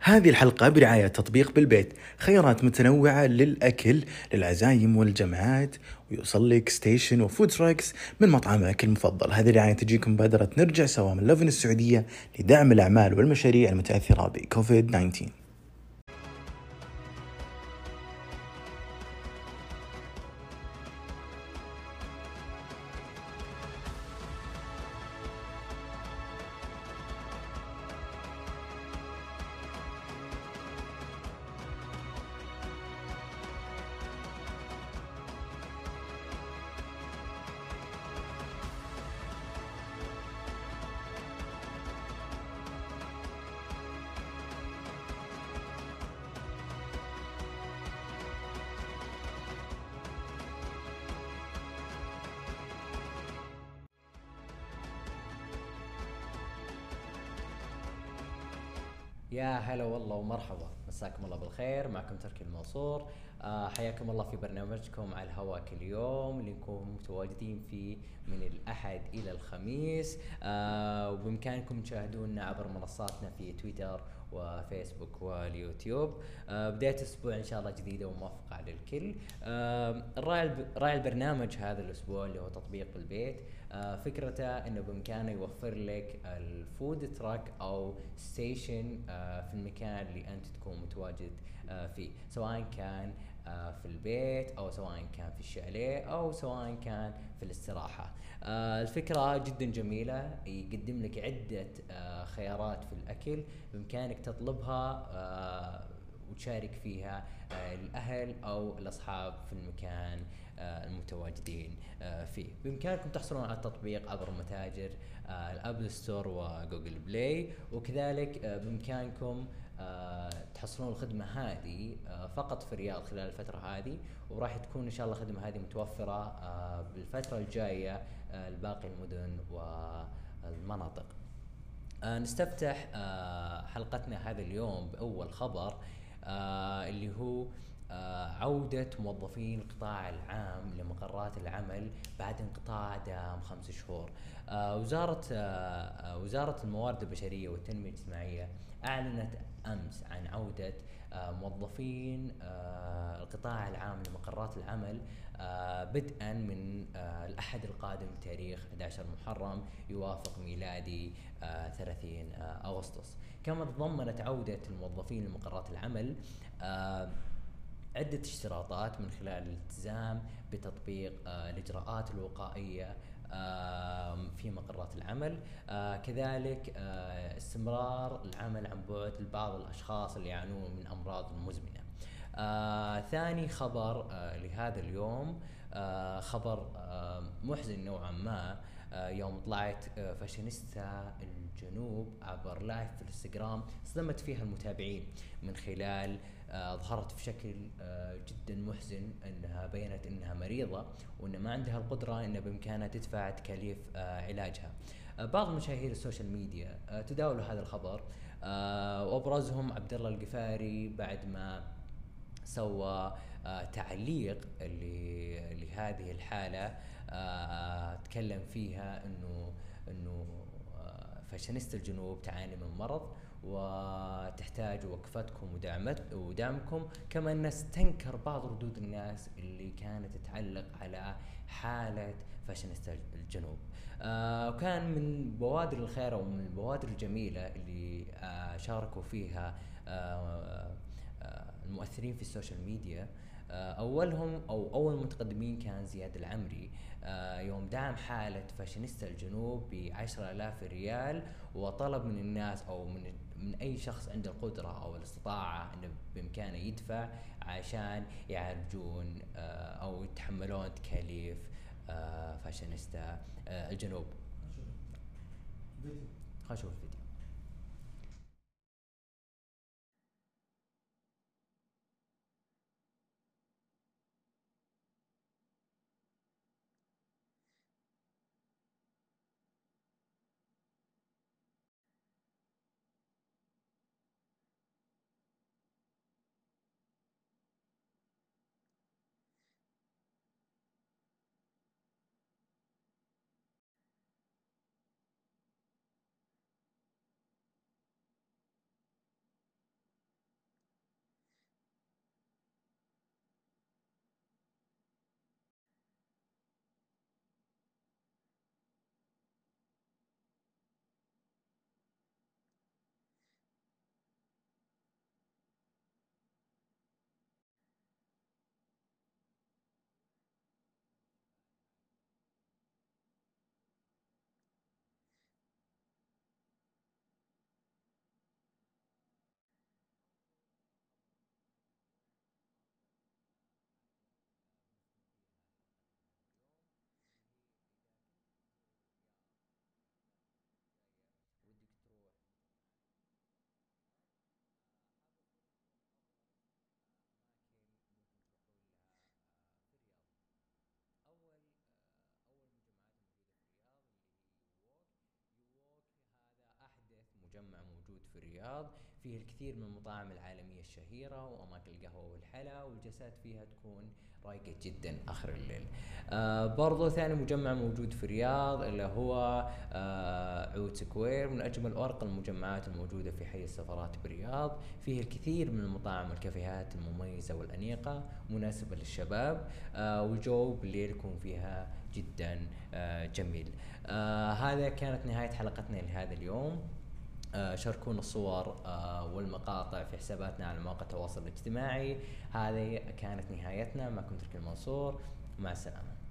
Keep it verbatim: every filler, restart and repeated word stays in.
هذه الحلقة برعاية تطبيق بالبيت، خيارات متنوعة للأكل للعزايم والجمعات، ويوصل لك ستيشن وفود تراكس من مطعمك المفضل. هذه الرعاية تجيكم مبادرة نرجع سوا من لوفن السعودية لدعم الأعمال والمشاريع المتأثرة بكوفيد تسعة عشر. يا هلا والله ومرحبا، مساكم الله بالخير. معكم تركي المنصور. آه حياكم الله في برنامجكم على الهواء كل يوم اللي نكون متواجدين فيه من الأحد إلى الخميس. آه وبإمكانكم تشاهدونا عبر منصاتنا في تويتر وفيسبوك واليوتيوب. آه بداية أسبوع إن شاء الله جديدة وموفقة على الكل. آه راعي الب- راعي البرنامج هذا الأسبوع اللي هو تطبيق بالبيت. آه فكرته انه بامكانه يوفر لك الفود تراك او ستيشن آه في المكان اللي انت تكون متواجد آه فيه، سواء كان آه في البيت او سواء كان في الشاليه او سواء كان في الاستراحة. آه الفكرة جدا جميلة، يقدم لك عدة آه خيارات في الاكل بامكانك تطلبها آه وتشارك فيها آه الاهل او الاصحاب في المكان آه المتواجدين آه، فيه. بإمكانكم تحصلون على التطبيق عبر متاجر آه، الأبل ستور وجوجل بلاي، وكذلك آه، بإمكانكم آه، تحصلون الخدمة هذه آه، فقط في الرياض خلال الفترة هذه، وراح تكون إن شاء الله الخدمة هذه متوفرة آه، بالفترة الجاية آه، لباقي المدن والمناطق. آه نستفتح آه حلقتنا هذا اليوم بأول خبر، آه اللي هو آه عودة موظفين القطاع العام لمقرات العمل بعد انقطاع دام خمس شهور. آه وزارة آه آه، وزارة الموارد البشرية والتنمية الاجتماعية أعلنت أمس عن عودة آه موظفين آه القطاع العام لمقرات العمل آه بدءا من آه الأحد القادم بتاريخ أحد عشر محرم يوافق ميلادي آه ثلاثين آه أغسطس. كما تضمنت عودة الموظفين لمقرات العمل آه عدة اشتراطات، من خلال الالتزام بتطبيق آه الإجراءات الوقائية آه في مقرات العمل، آه كذلك آه استمرار العمل عن بعد لبعض الأشخاص اللي يعانون من أمراض مزمنة. آه ثاني خبر آه لهذا اليوم، آه خبر آه محزن نوعا ما. آه يوم طلعت آه فاشينيستا الجنوب عبر لايف في الانستغرام صدمت فيها المتابعين، من خلال آه ظهرت في شكل آه جدا محزن انها بينت انها مريضة وان ما عندها القدرة ان بامكانها تدفع تكاليف آه علاجها. آه بعض مشاهير السوشيال ميديا آه تداولوا هذا الخبر، آه وابرزهم عبد الله القفاري بعد ما سوى آه تعليق ل- لهذه الحالة. آه تكلم فيها انه انه آه فاشينيستا الجنوب تعاني من مرض وتحتاج وقفتكم ودعمت ودعمكم، كما أن استنكر بعض ردود الناس اللي كانت تتعلق على حالة فاشينيستا الجنوب. آه وكان من بوادر الخير ومن البوادر الجميلة اللي آه شاركوا فيها آه آه المؤثرين في السوشيال ميديا. آه اولهم او اول المتقدمين كان زياد العمري، آه يوم دعم حالة فاشينيستا الجنوب بعشرة آلاف ريال، وطلب من الناس او من من اي شخص عنده القدرة او الاستطاعة انه بامكانه يدفع عشان يعالجون آه او يتحملون تكاليف آه فاشينيستا آه الجنوب. خلينا نشوف الفيديو. مجمع موجود في الرياض، فيه الكثير من المطاعم العالمية الشهيرة وأماكن القهوة والحلا، والجلسات فيها تكون رايقة جدا آخر الليل. آه برضو ثاني مجمع موجود في الرياض اللي هو آه عود سكوير، من أجمل وأرقى المجمعات الموجودة في حي السفارات بالرياض، فيه الكثير من المطاعم والكافيهات المميزة والأنيقة مناسبة للشباب، آه والجو بالليل يكون فيها جدا آه جميل. آه هذا كانت نهاية حلقتنا لهذا اليوم. آه شاركونا الصور آه والمقاطع في حساباتنا على مواقع التواصل الاجتماعي. هذه كانت نهايتنا، معكم تركي المنصور، مع السلامة.